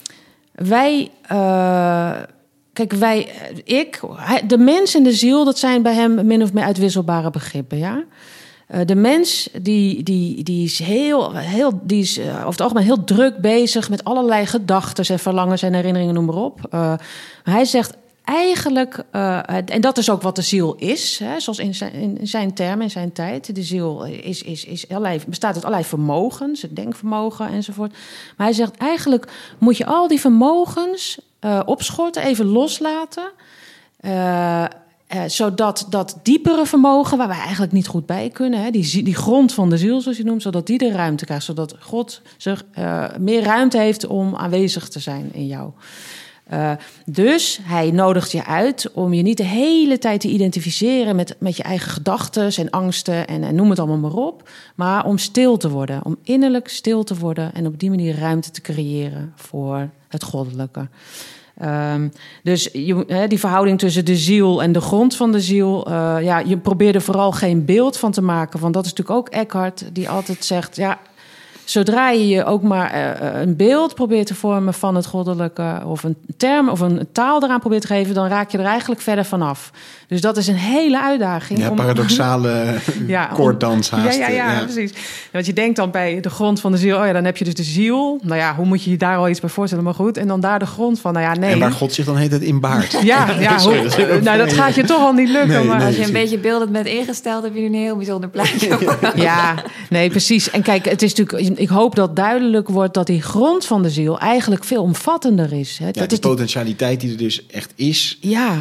wij. Uh, Kijk, wij, ik, de mens en de ziel, dat zijn bij hem min of meer uitwisselbare begrippen, ja. Uh, de mens, die, die, die is, heel, heel, die is uh, over het algemeen heel druk bezig met allerlei gedachten en verlangens en herinneringen, noem maar op. Uh, hij zegt eigenlijk, uh, en dat is ook wat de ziel is, hè, zoals in zijn, in zijn termen, in zijn tijd. De ziel is, is, is allerlei, bestaat uit allerlei vermogens, het denkvermogen enzovoort. Maar hij zegt, eigenlijk moet je al die vermogens Uh, opschorten, even loslaten. Uh, uh, zodat dat diepere vermogen, waar wij eigenlijk niet goed bij kunnen, hè, die, die grond van de ziel, zoals je noemt, zodat die de ruimte krijgt. Zodat God zich uh, meer ruimte heeft om aanwezig te zijn in jou. Uh, dus hij nodigt je uit om je niet de hele tijd te identificeren met, met je eigen gedachten en angsten en, en noem het allemaal maar op. Maar om stil te worden, om innerlijk stil te worden en op die manier ruimte te creëren voor het goddelijke. Um, dus je, he, die verhouding tussen de ziel en de grond van de ziel, uh, ja, je probeert er vooral geen beeld van te maken. Want dat is natuurlijk ook Eckhart die altijd zegt, ja, zodra je je ook maar uh, een beeld probeert te vormen van het goddelijke, of een term of een taal eraan probeert te geven, dan raak je er eigenlijk verder vanaf. Dus dat is een hele uitdaging. Ja, om, paradoxale ja, koorddans haast. Ja, ja, ja, ja, precies. Want je denkt dan bij de grond van de ziel, oh ja, dan heb je dus de ziel. Nou ja, hoe moet je je daar al iets bij voorstellen? Maar goed, en dan daar de grond van, nou ja, nee. En waar God zich dan heet het in baart. Ja, ja hoe, uh, nou dat gaat je toch al niet lukken. Nee, maar nee, als je een beetje beeldend bent ingesteld, heb je nu een heel bijzonder plaatje. Ja, nee, precies. En kijk, het is natuurlijk, ik hoop dat duidelijk wordt dat die grond van de ziel eigenlijk veel omvattender is. Hè? Ja, dat die is potentialiteit die er dus echt is. Ja.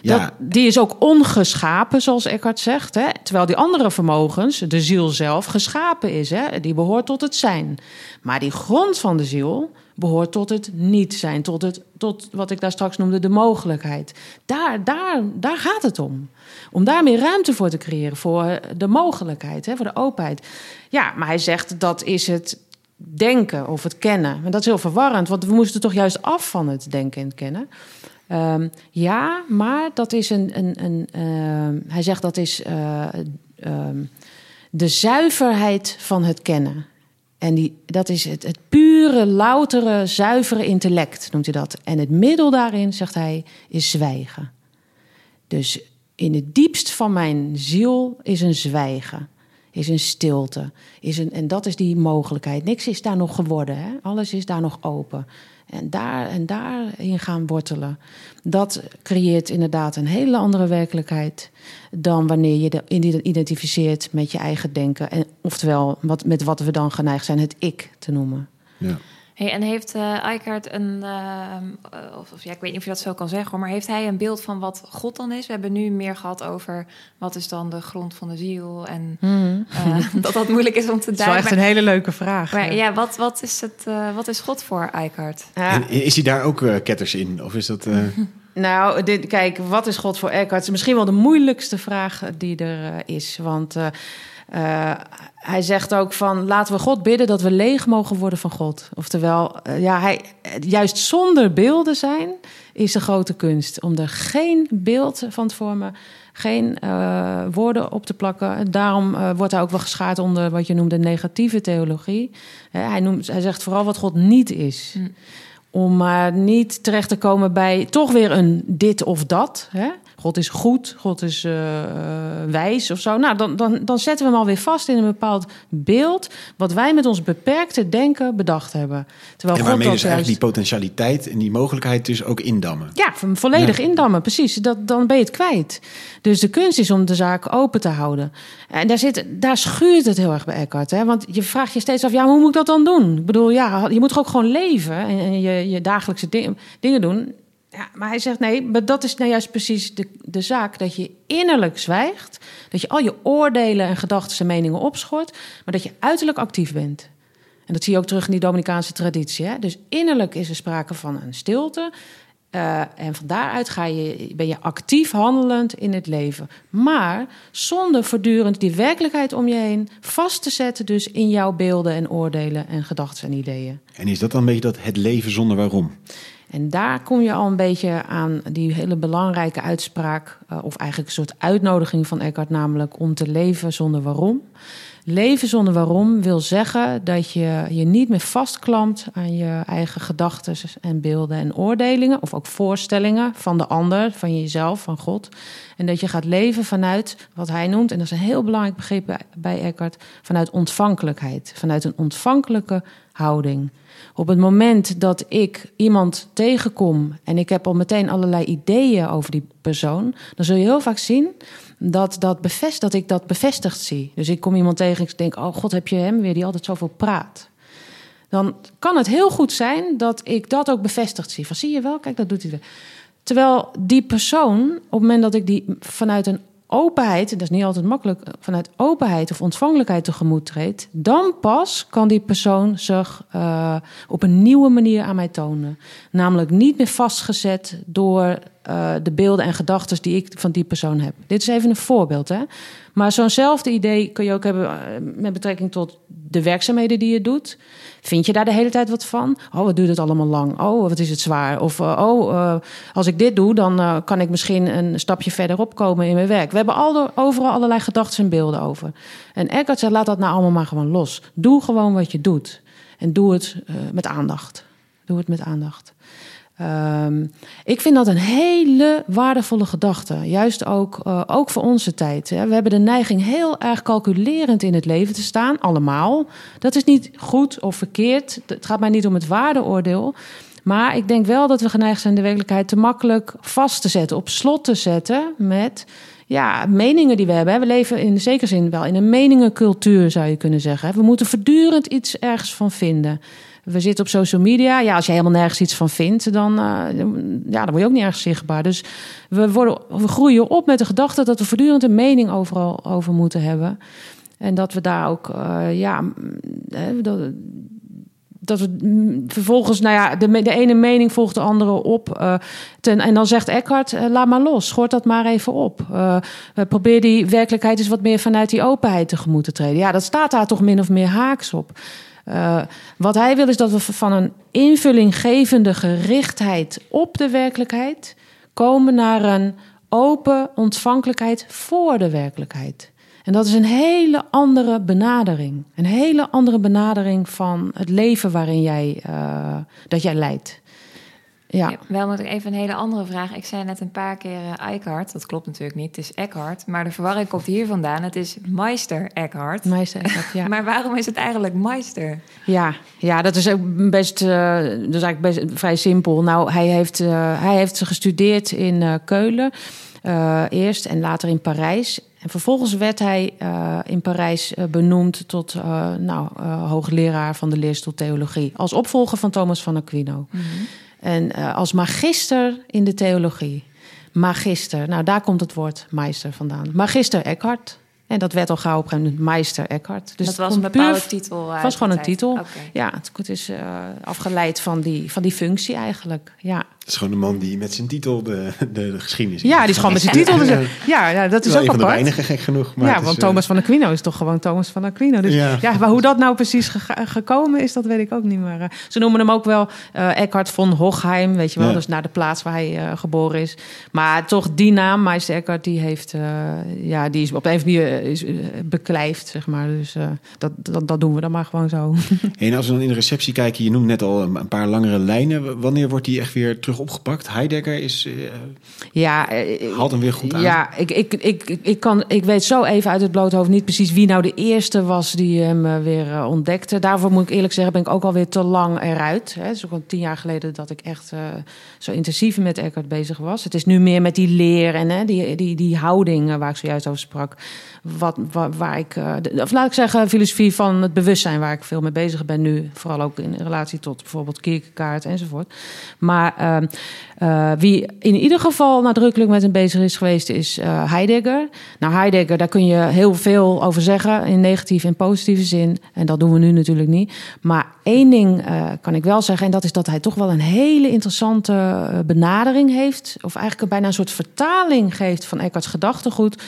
Ja. Dat, die is ook ongeschapen, zoals Eckhart zegt. Hè? Terwijl die andere vermogens, de ziel zelf, geschapen is. Hè? Die behoort tot het zijn. Maar die grond van de ziel behoort tot het niet zijn. Tot, het, tot wat ik daar straks noemde, de mogelijkheid. Daar, daar, daar gaat het om. Om daar meer ruimte voor te creëren. Voor de mogelijkheid, hè? Voor de openheid. Ja, maar hij zegt dat is het denken of het kennen. Maar dat is heel verwarrend, want we moesten toch juist af van het denken en het kennen. Um, ja, maar dat is een... een, een uh, hij zegt dat is uh, um, de zuiverheid van het kennen. En die, dat is het, het pure, loutere, zuivere intellect, noemt hij dat. En het middel daarin, zegt hij, is zwijgen. Dus in het diepst van mijn ziel is een zwijgen. Is een stilte. Is een, en dat is die mogelijkheid. Niks is daar nog geworden. Hè? Alles is daar nog open. En, daar, en daarin gaan wortelen. Dat creëert inderdaad een hele andere werkelijkheid dan wanneer je de identificeert met je eigen denken. En, oftewel, wat, met wat we dan geneigd zijn het ik te noemen. Ja. Hey, en heeft uh, Eckhart een, uh, of, of ja, ik weet niet of je dat zo kan zeggen, maar heeft hij een beeld van wat God dan is? We hebben nu meer gehad over wat is dan de grond van de ziel en mm. uh, dat dat moeilijk is om te duiden. Dat is wel echt maar, een hele leuke vraag. Maar ja, wat, wat, is het, uh, wat is God voor Eckhart? Ja. En is hij daar ook uh, ketters in? Of is dat... Uh... Nou, dit, kijk, wat is God voor Eckhart? Misschien wel de moeilijkste vraag die er uh, is, want... Uh, Uh, hij zegt ook van, laten we God bidden dat we leeg mogen worden van God. Oftewel, uh, ja, hij, juist zonder beelden zijn is de grote kunst. Om er geen beeld van te vormen, geen uh, woorden op te plakken. Daarom uh, wordt hij ook wel geschaard onder wat je noemt de negatieve theologie. Uh, hij, noemt, hij zegt vooral wat God niet is. Mm. Om maar niet terecht te komen bij toch weer een dit of dat, hè? God is goed, God is uh, wijs of zo. Nou, dan, dan, dan zetten we hem alweer vast in een bepaald beeld wat wij met ons beperkte denken bedacht hebben. Terwijl en waarmee God dus juist... eigenlijk die potentialiteit en die mogelijkheid dus ook indammen. Ja, volledig ja. indammen, precies. Dat, dan ben je het kwijt. Dus de kunst is om de zaak open te houden. En daar, zit, daar schuurt het heel erg bij Eckhart. Hè? Want je vraagt je steeds af, ja, hoe moet ik dat dan doen? Ik bedoel, ja, je moet toch ook gewoon leven en, en je, je dagelijkse ding, dingen doen. Ja, maar hij zegt nee, maar dat is nou juist precies de, de zaak. Dat je innerlijk zwijgt. Dat je al je oordelen en gedachten en meningen opschort. Maar dat je uiterlijk actief bent. En dat zie je ook terug in die Dominicaanse traditie. Hè? Dus innerlijk is er sprake van een stilte. Uh, en van daaruit ga je, ben je actief handelend in het leven. Maar zonder voortdurend die werkelijkheid om je heen vast te zetten dus in jouw beelden en oordelen en gedachten en ideeën. En is dat dan een beetje dat het leven zonder waarom? En daar kom je al een beetje aan die hele belangrijke uitspraak, uh, of eigenlijk een soort uitnodiging van Eckhart, namelijk om te leven zonder waarom. Leven zonder waarom wil zeggen dat je je niet meer vastklampt aan je eigen gedachten en beelden en oordelingen, of ook voorstellingen van de ander, van jezelf, van God. En dat je gaat leven vanuit wat hij noemt, en dat is een heel belangrijk begrip bij Eckhart, vanuit ontvankelijkheid, vanuit een ontvankelijke houding. Op het moment dat ik iemand tegenkom en ik heb al meteen allerlei ideeën over die persoon, dan zul je heel vaak zien dat, dat, bevest, dat ik dat bevestigd zie. Dus ik kom iemand tegen en ik denk, oh god, heb je hem weer die altijd zoveel praat. Dan kan het heel goed zijn dat ik dat ook bevestigd zie. Van zie je wel, kijk, dat doet hij weer. Terwijl die persoon, op het moment dat ik die vanuit een openheid, en dat is niet altijd makkelijk, vanuit openheid of ontvankelijkheid tegemoet treedt, dan pas kan die persoon zich uh, op een nieuwe manier aan mij tonen. Namelijk niet meer vastgezet door uh, de beelden en gedachten die ik van die persoon heb. Dit is even een voorbeeld, hè. Maar zo'nzelfde idee kun je ook hebben met betrekking tot de werkzaamheden die je doet. Vind je daar de hele tijd wat van? Oh, wat duurt het allemaal lang? Oh, wat is het zwaar? Of uh, oh, uh, als ik dit doe, dan uh, kan ik misschien een stapje verderop komen in mijn werk. We hebben al overal allerlei gedachten en beelden over. En Eckhart zegt, laat dat nou allemaal maar gewoon los. Doe gewoon wat je doet. En doe het uh, met aandacht. Doe het met aandacht. Um, ik vind dat een hele waardevolle gedachte. Juist ook, uh, ook voor onze tijd. Hè. We hebben de neiging heel erg calculerend in het leven te staan. Allemaal. Dat is niet goed of verkeerd. Het gaat mij niet om het waardeoordeel. Maar ik denk wel dat we geneigd zijn de werkelijkheid te makkelijk vast te zetten. Op slot te zetten met ja, meningen die we hebben. We leven in zekere zin wel in een meningencultuur, zou je kunnen zeggen. We moeten voortdurend iets ergens van vinden. We zitten op social media. Ja, als je helemaal nergens iets van vindt, dan, uh, ja, dan word je ook niet erg zichtbaar. Dus we, worden, we groeien op met de gedachte dat we voortdurend een mening overal over moeten hebben. En dat we daar ook, uh, ja, dat, dat we vervolgens, nou ja, de, de ene mening volgt de andere op. Uh, ten, en dan zegt Eckhart, uh, laat maar los, schort dat maar even op. Uh, probeer die werkelijkheid eens wat meer vanuit die openheid tegemoet te treden. Ja, dat staat daar toch min of meer haaks op. Uh, wat hij wil is dat we van een invullinggevende gerichtheid op de werkelijkheid komen naar een open ontvankelijkheid voor de werkelijkheid. En dat is een hele andere benadering. Een hele andere benadering van het leven waarin jij, uh, dat jij leidt. Ja. Ja, wel moet ik even een hele andere vraag. Ik zei net een paar keer uh, Eckhart. Dat klopt natuurlijk niet. Het is Eckhart. Maar de verwarring komt hier vandaan. Het is Meister Eckhart. Meister Eckhart, ja. Maar waarom is het eigenlijk Meister? Ja, ja, dat is ook best, uh, dat is eigenlijk best vrij simpel. Nou, hij heeft, uh, hij heeft gestudeerd in uh, Keulen. Uh, eerst en later in Parijs. En vervolgens werd hij uh, in Parijs uh, benoemd tot uh, nou, uh, hoogleraar van de leerstoel theologie. Als opvolger van Thomas van Aquino. Mm-hmm. En uh, als magister in de theologie. Magister, nou daar komt het woord Meister vandaan. Magister Eckhart. En dat werd al gauw op een gegeven moment Meister Eckhart. Dus dat was een bepaalde puur, titel. Het was gewoon een tijd. titel. Okay. Ja, het, het is uh, afgeleid van die, van die functie eigenlijk. Ja. Het is gewoon de man die met zijn titel de, de, de geschiedenis... Ja, die is gewoon met zijn titel. Dus, ja, ja, dat is wel ook een van apart. de weinigen, gek genoeg. Maar ja, is, want uh... Thomas van Aquino is toch gewoon Thomas van Aquino. Dus ja, ja maar hoe dat nou precies ge- gekomen is, dat weet ik ook niet meer. Uh, ze noemen hem ook wel uh, Eckhart von Hochheim, weet je wel. Ja. Dus naar de plaats waar hij uh, geboren is. Maar toch die naam, Meister Eckhart, die heeft... Uh, ja, die is op een of andere manier is, uh, beklijft, zeg maar. Dus uh, dat, dat, dat doen we dan maar gewoon zo. En als we dan in de receptie kijken, je noemt net al een paar langere lijnen. Wanneer wordt die echt weer terug opgepakt? Heidegger is... Uh, ja, uh, haalt hem weer goed aan. Ja, ik, ik, ik, ik, kan, ik weet zo even uit het blote hoofd niet precies wie nou de eerste was die hem uh, weer uh, ontdekte. Daarvoor moet ik eerlijk zeggen, ben ik ook alweer te lang eruit. Het is ook al tien jaar geleden dat ik echt uh, zo intensief met Eckhart bezig was. Het is nu meer met die leer en uh, die, die, die houding uh, waar ik zojuist over sprak. Wat, waar, waar ik, uh, de, of laat ik zeggen, filosofie van het bewustzijn waar ik veel mee bezig ben nu. Vooral ook in relatie tot bijvoorbeeld Kierkegaard enzovoort. Maar uh, uh, wie in ieder geval nadrukkelijk met hem bezig is geweest is uh, Heidegger. Nou, Heidegger, daar kun je heel veel over zeggen in negatieve en positieve zin. En dat doen we nu natuurlijk niet. Maar één ding uh, kan ik wel zeggen, en dat is dat hij toch wel een hele interessante uh, benadering heeft. Of eigenlijk bijna een soort vertaling geeft van Eckharts gedachtegoed.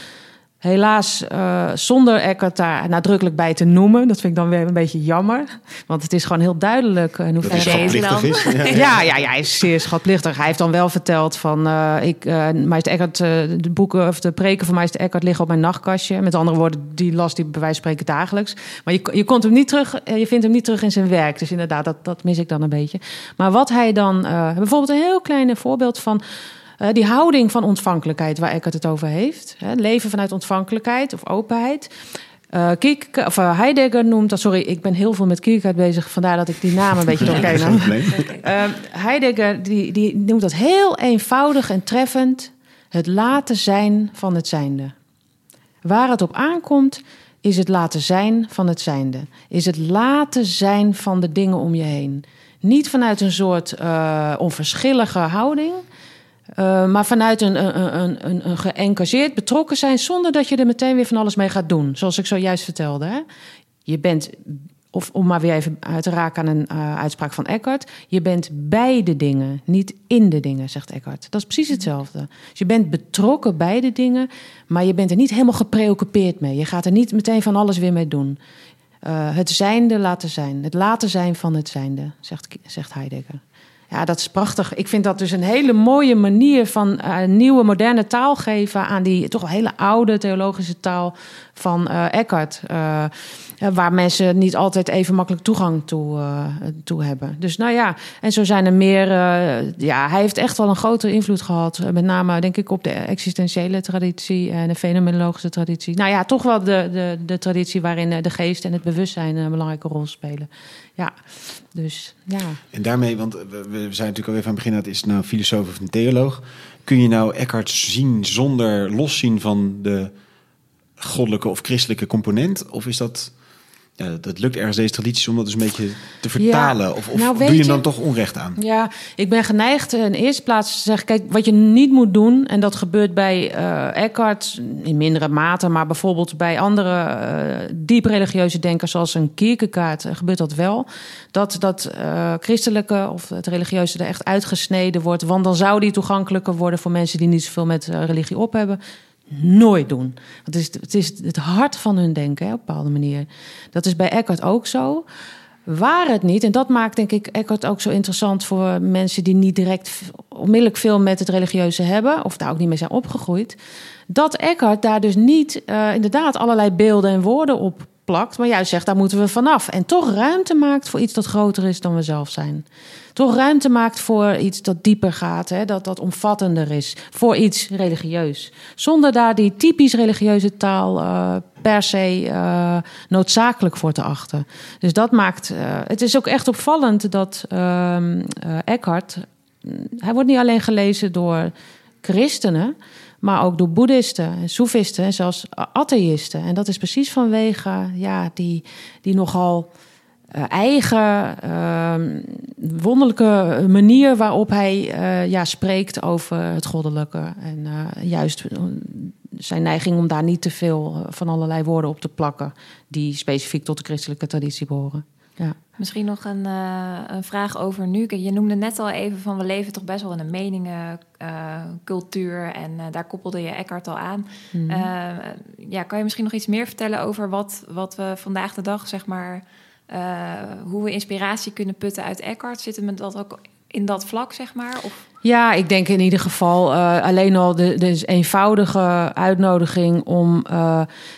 Helaas uh, zonder Eckhart daar nadrukkelijk bij te noemen. Dat vind ik dan weer een beetje jammer. Want het is gewoon heel duidelijk. Uh, dat hij schatplichtig is. Ja, ja. ja, ja, ja, hij is zeer schatplichtig. Hij heeft dan wel verteld van... Uh, ik, uh, Meister Eckhart, uh, de boeken of de preken van Meister Eckhart liggen op mijn nachtkastje. Met andere woorden, die las die bij wijze van spreken dagelijks. Maar je, je, komt hem niet terug, je vindt hem niet terug in zijn werk. Dus inderdaad, dat, dat mis ik dan een beetje. Maar wat hij dan... Uh, bijvoorbeeld een heel klein voorbeeld van... Uh, die houding van ontvankelijkheid waar Eckhart het over heeft. Hè, leven vanuit ontvankelijkheid of openheid. Uh, Kierkegaard, of uh, Heidegger noemt dat... Sorry, ik ben heel veel met Kierkegaard bezig. Vandaar dat ik die naam een beetje doorken. uh, Heidegger die, die noemt dat heel eenvoudig en treffend... het laten zijn van het zijnde. Waar het op aankomt, is het laten zijn van het zijnde. Is het laten zijn van de dingen om je heen. Niet vanuit een soort uh, onverschillige houding... Uh, maar vanuit een, een, een, een, een geëngageerd betrokken zijn... zonder dat je er meteen weer van alles mee gaat doen. Zoals ik zojuist vertelde. Hè? Je bent, of om maar weer even te raken aan een uh, uitspraak van Eckhart... je bent bij de dingen, niet in de dingen, zegt Eckhart. Dat is precies hetzelfde. Dus je bent betrokken bij de dingen... maar je bent er niet helemaal gepreoccupeerd mee. Je gaat er niet meteen van alles weer mee doen. Uh, het zijnde laten zijn. Het laten zijn van het zijnde, zegt, zegt Heidegger. Ja, dat is prachtig. Ik vind dat dus een hele mooie manier van uh, nieuwe, moderne taal geven... aan die toch wel hele oude theologische taal van uh, Eckhart. Uh, waar mensen niet altijd even makkelijk toegang toe, uh, toe hebben. Dus nou ja, en zo zijn er meer... Uh, ja, hij heeft echt wel een grote invloed gehad. Uh, met name, denk ik, op de existentiële traditie... en de fenomenologische traditie. Nou ja, toch wel de, de, de traditie waarin de geest en het bewustzijn... een belangrijke rol spelen. Ja, dus ja. En daarmee, want we, we zijn natuurlijk al even aan het begin... dat is nou een filosoof of een theoloog. Kun je nou Eckhart zien zonder loszien van de goddelijke of christelijke component? Of is dat... Ja, dat lukt ergens deze tradities om dat dus een beetje te vertalen. Ja, of of nou, doe je weet hem dan je- toch onrecht aan? Ja, ik ben geneigd in de eerste plaats te zeggen... kijk, wat je niet moet doen... en dat gebeurt bij uh, Eckhart in mindere mate... maar bijvoorbeeld bij andere uh, diep religieuze denkers... zoals een Kierkegaard, uh, gebeurt dat wel... dat dat uh, christelijke of het religieuze er echt uitgesneden wordt... want dan zou die toegankelijker worden... voor mensen die niet zoveel met uh, religie op hebben... Nooit doen. Het is, het is het hart van hun denken, hè, op een bepaalde manier. Dat is bij Eckhart ook zo. Waar het niet, en dat maakt denk ik Eckhart ook zo interessant... voor mensen die niet direct onmiddellijk veel met het religieuze hebben... of daar ook niet mee zijn opgegroeid... dat Eckhart daar dus niet uh, inderdaad allerlei beelden en woorden op plakt... maar juist zegt, daar moeten we vanaf. En toch ruimte maakt voor iets dat groter is dan we zelf zijn. Toch ruimte maakt voor iets dat dieper gaat, hè, dat, dat omvattender is. Voor iets religieus. Zonder daar die typisch religieuze taal uh, per se uh, noodzakelijk voor te achten. Dus dat maakt... Uh, het is ook echt opvallend dat uh, uh, Eckhart... hij wordt niet alleen gelezen door christenen... maar ook door boeddhisten en soefisten en zelfs atheïsten. En dat is precies vanwege ja, die, die nogal uh, eigen, uh, wonderlijke manier... waarop hij uh, ja, spreekt over het goddelijke. En uh, juist zijn neiging om daar niet te veel van allerlei woorden op te plakken... die specifiek tot de christelijke traditie behoren. Ja. Misschien nog een, uh, een vraag over nu. Je noemde net al even van we leven toch best wel in een meningencultuur. Uh, en uh, daar koppelde je Eckhart al aan. Mm-hmm. Uh, ja, kan je misschien nog iets meer vertellen over wat, wat we vandaag de dag, zeg maar... Uh, hoe we inspiratie kunnen putten uit Eckhart? Zitten we dat ook in dat vlak, zeg maar? Of... Ja, ik denk in ieder geval uh, alleen al de, de eenvoudige uitnodiging... om, uh,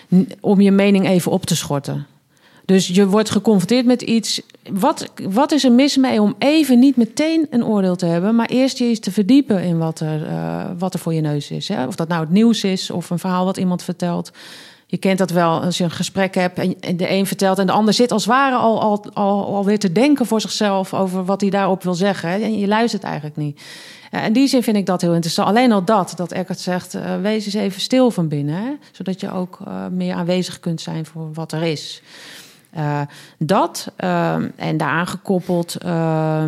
om je mening even op te schorten. Dus je wordt geconfronteerd met iets. Wat, wat is er mis mee om even niet meteen een oordeel te hebben... maar eerst je eens te verdiepen in wat er, uh, wat er voor je neus is. Hè? Of dat nou het nieuws is of een verhaal wat iemand vertelt. Je kent dat wel als je een gesprek hebt en de een vertelt... en de ander zit als het ware al, al, al, alweer te denken voor zichzelf... over wat hij daarop wil zeggen. Hè? En je luistert eigenlijk niet. Ja, in die zin vind ik dat heel interessant. Alleen al dat, dat Eckhart zegt... Uh, wees eens even stil van binnen. Hè? Zodat je ook uh, meer aanwezig kunt zijn voor wat er is. Uh, dat uh, en daaraan gekoppeld uh,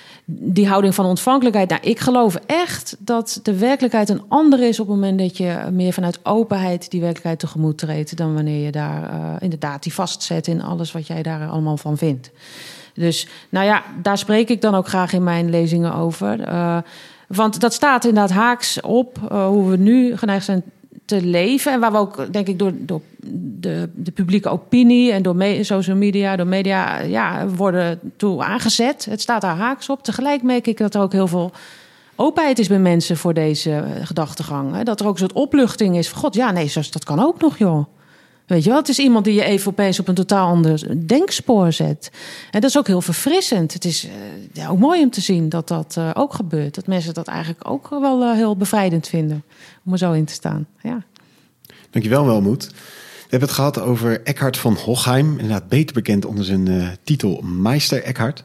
die houding van ontvankelijkheid. Nou, ik geloof echt dat de werkelijkheid een andere is... op het moment dat je meer vanuit openheid die werkelijkheid tegemoet treedt... dan wanneer je daar uh, inderdaad die vastzet in alles wat jij daar allemaal van vindt. Dus nou ja, daar spreek ik dan ook graag in mijn lezingen over. Uh, want dat staat inderdaad haaks op uh, hoe we nu geneigd zijn... te leven en waar we ook, denk ik, door, door de, de publieke opinie en door me, social media, door media, ja, worden toe aangezet. Het staat daar haaks op. Tegelijk merk ik dat er ook heel veel openheid is bij mensen voor deze gedachtegang. Hè? Dat er ook een soort opluchting is van, god, ja, nee, dat kan ook nog, joh. Weet je wel, het is iemand die je even opeens op een totaal ander denkspoor zet. En dat is ook heel verfrissend. Het is uh, ja, ook mooi om te zien dat dat uh, ook gebeurt. Dat mensen dat eigenlijk ook wel uh, heel bevrijdend vinden. Om er zo in te staan, ja. Dankjewel, Welmoed. We hebben het gehad over Eckhart van Hochheim. Inderdaad beter bekend onder zijn uh, titel Meister Eckhart.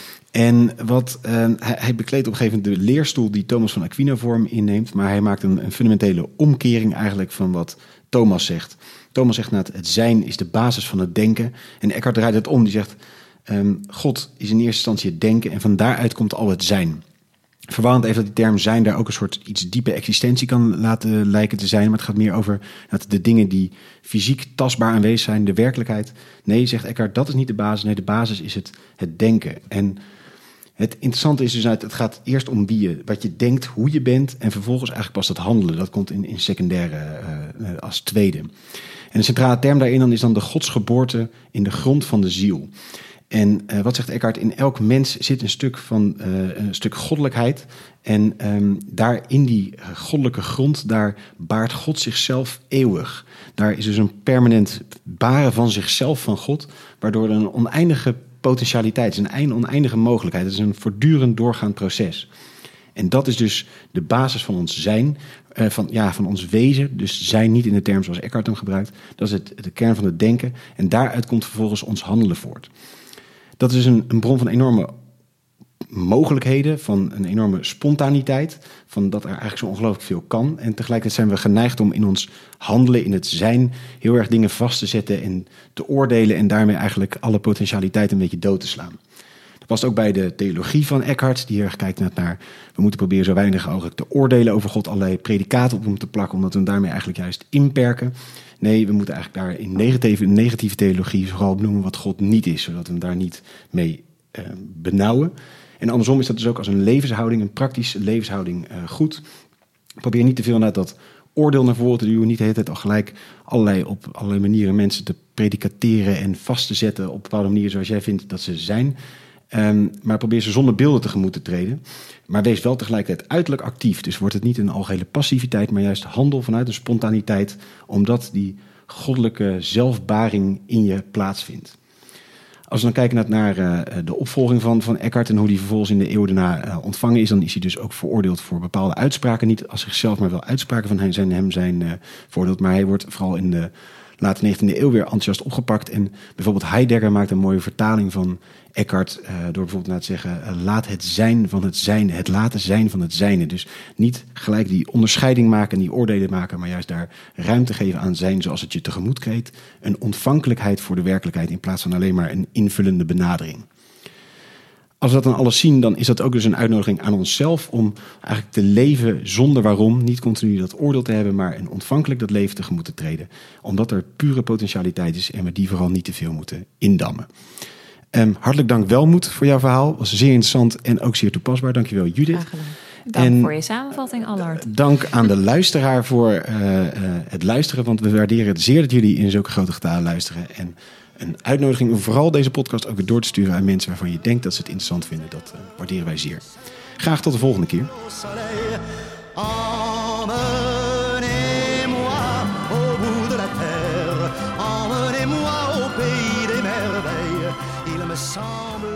En wat, uh, hij, hij bekleedt op een gegeven moment de leerstoel die Thomas van Aquino voor hem inneemt. Maar hij maakt een, een fundamentele omkering eigenlijk van wat Thomas zegt. Thomas zegt nou, het zijn is de basis van het denken. En Eckhart draait het om. Die zegt, um, God is in eerste instantie het denken en van daaruit komt al het zijn. Verwarrend even dat die term zijn daar ook een soort iets diepe existentie kan laten lijken te zijn. Maar het gaat meer over dat de dingen die fysiek tastbaar aanwezig zijn, de werkelijkheid. Nee, zegt Eckhart, dat is niet de basis. Nee, de basis is het, het denken. En het interessante is dus, uit, het gaat eerst om wie je, wat je denkt, hoe je bent. En vervolgens eigenlijk pas het handelen. Dat komt in, in secundaire uh, als tweede. En de centrale term daarin dan is dan de godsgeboorte in de grond van de ziel. En uh, wat zegt Eckhart? In elk mens zit een stuk van uh, een stuk goddelijkheid. En um, daar in die goddelijke grond, daar baart God zichzelf eeuwig. Daar is dus een permanent baren van zichzelf van God, waardoor er een oneindige potentialiteit is, een oneindige mogelijkheid. Het is een voortdurend doorgaand proces. En dat is dus de basis van ons zijn, uh, van, ja, van ons wezen. Dus zijn niet in de term zoals Eckhart hem gebruikt. Dat is het, de kern van het denken. En daaruit komt vervolgens ons handelen voort. Dat is een, een bron van enorme mogelijkheden, van een enorme spontaniteit, van dat er eigenlijk zo ongelooflijk veel kan. En tegelijkertijd zijn we geneigd om in ons handelen, in het zijn, heel erg dingen vast te zetten en te oordelen en daarmee eigenlijk alle potentialiteit een beetje dood te slaan. Dat past ook bij de theologie van Eckhart, die heel erg kijkt naar, we moeten proberen zo weinig mogelijk te oordelen over God, allerlei predicaten op hem te plakken, omdat we hem daarmee eigenlijk juist inperken. Nee, we moeten eigenlijk daar in negatieve, negatieve theologie vooral benoemen wat God niet is, zodat we hem daar niet mee uh, benauwen. En andersom is dat dus ook als een levenshouding, een praktische levenshouding uh, goed. Probeer niet te veel naar dat oordeel naar voren te duwen, niet de hele tijd al gelijk allerlei, op allerlei manieren mensen te predicateren en vast te zetten op bepaalde manieren zoals jij vindt dat ze zijn. Um, maar probeer ze zonder beelden tegemoet te treden. Maar wees wel tegelijkertijd uiterlijk actief. Dus wordt het niet een algehele passiviteit, maar juist handel vanuit een spontaniteit, omdat die goddelijke zelfbaring in je plaatsvindt. Als we dan kijken naar, naar uh, de opvolging van, van Eckhart en hoe die vervolgens in de eeuw daarna uh, ontvangen is, dan is hij dus ook veroordeeld voor bepaalde uitspraken. Niet als zichzelf, maar wel uitspraken van hem zijn, hem zijn uh, veroordeeld. Maar hij wordt vooral in de late negentiende eeuw weer enthousiast opgepakt. En bijvoorbeeld Heidegger maakt een mooie vertaling van Eckhart uh, door bijvoorbeeld naar te zeggen, uh, laat het zijn van het zijne, het laten zijn van het zijne. Dus niet gelijk die onderscheiding maken en die oordelen maken, maar juist daar ruimte geven aan zijn zoals het je tegemoet treedt. Een ontvankelijkheid voor de werkelijkheid in plaats van alleen maar een invullende benadering. Als we dat dan alles zien, dan is dat ook dus een uitnodiging aan onszelf om eigenlijk te leven zonder waarom. Niet continu dat oordeel te hebben, maar een ontvankelijk dat leven tegemoet te treden. Omdat er pure potentialiteit is en we die vooral niet te veel moeten indammen. Um, hartelijk dank Welmoed voor jouw verhaal. Was zeer interessant en ook zeer toepasbaar. Dankjewel Judith. Graag gedaan. Dank en voor je samenvatting, Allard. Dank aan de luisteraar voor uh, uh, het luisteren. Want we waarderen het zeer dat jullie in zulke grote getalen luisteren. En een uitnodiging om vooral deze podcast ook weer door te sturen aan mensen waarvan je denkt dat ze het interessant vinden. Dat uh, waarderen wij zeer. Graag tot de volgende keer. Semble